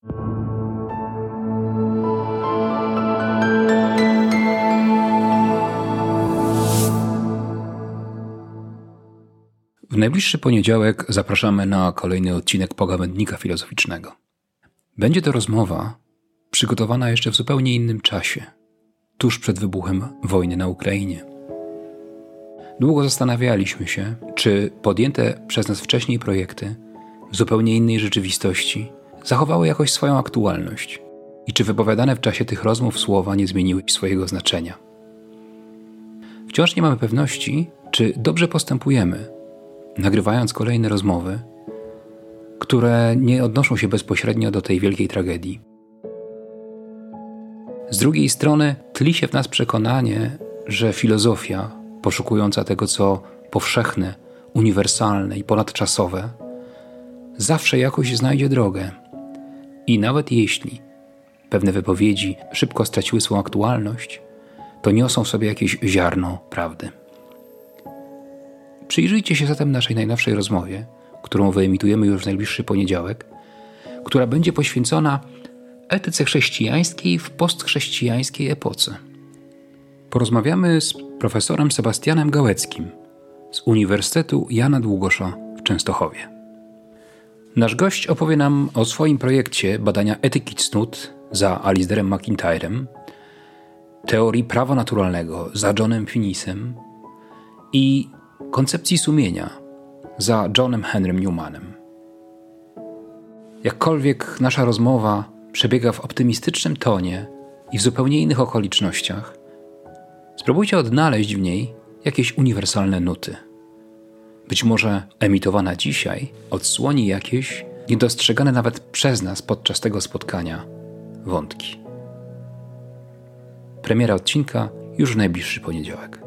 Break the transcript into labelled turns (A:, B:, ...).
A: W najbliższy poniedziałek zapraszamy na kolejny odcinek Pogawędnika Filozoficznego. Będzie to rozmowa przygotowana jeszcze w zupełnie innym czasie, tuż przed wybuchem wojny na Ukrainie. Długo zastanawialiśmy się, czy podjęte przez nas wcześniej projekty w zupełnie innej rzeczywistości zachowały jakoś swoją aktualność i czy wypowiadane w czasie tych rozmów słowa nie zmieniły swojego znaczenia. Wciąż nie mamy pewności, czy dobrze postępujemy, nagrywając kolejne rozmowy, które nie odnoszą się bezpośrednio do tej wielkiej tragedii. Z drugiej strony tli się w nas przekonanie, że filozofia, poszukująca tego, co powszechne, uniwersalne i ponadczasowe, zawsze jakoś znajdzie drogę. I nawet jeśli pewne wypowiedzi szybko straciły swą aktualność, to niosą w sobie jakieś ziarno prawdy. Przyjrzyjcie się zatem naszej najnowszej rozmowie, którą wyemitujemy już w najbliższy poniedziałek, która będzie poświęcona etyce chrześcijańskiej w postchrześcijańskiej epoce. Porozmawiamy z profesorem Sebastianem Gałeckim z Uniwersytetu Jana Długosza w Częstochowie. Nasz gość opowie nam o swoim projekcie badania etyki cnót za Alasdairem MacIntyrem, teorii prawa naturalnego za Johnem Finisem i koncepcji sumienia za Johnem Henrym Newmanem. Jakkolwiek nasza rozmowa przebiega w optymistycznym tonie i w zupełnie innych okolicznościach, spróbujcie odnaleźć w niej jakieś uniwersalne nuty. Być może emitowana dzisiaj odsłoni jakieś niedostrzegane nawet przez nas podczas tego spotkania wątki. Premiera odcinka już w najbliższy poniedziałek.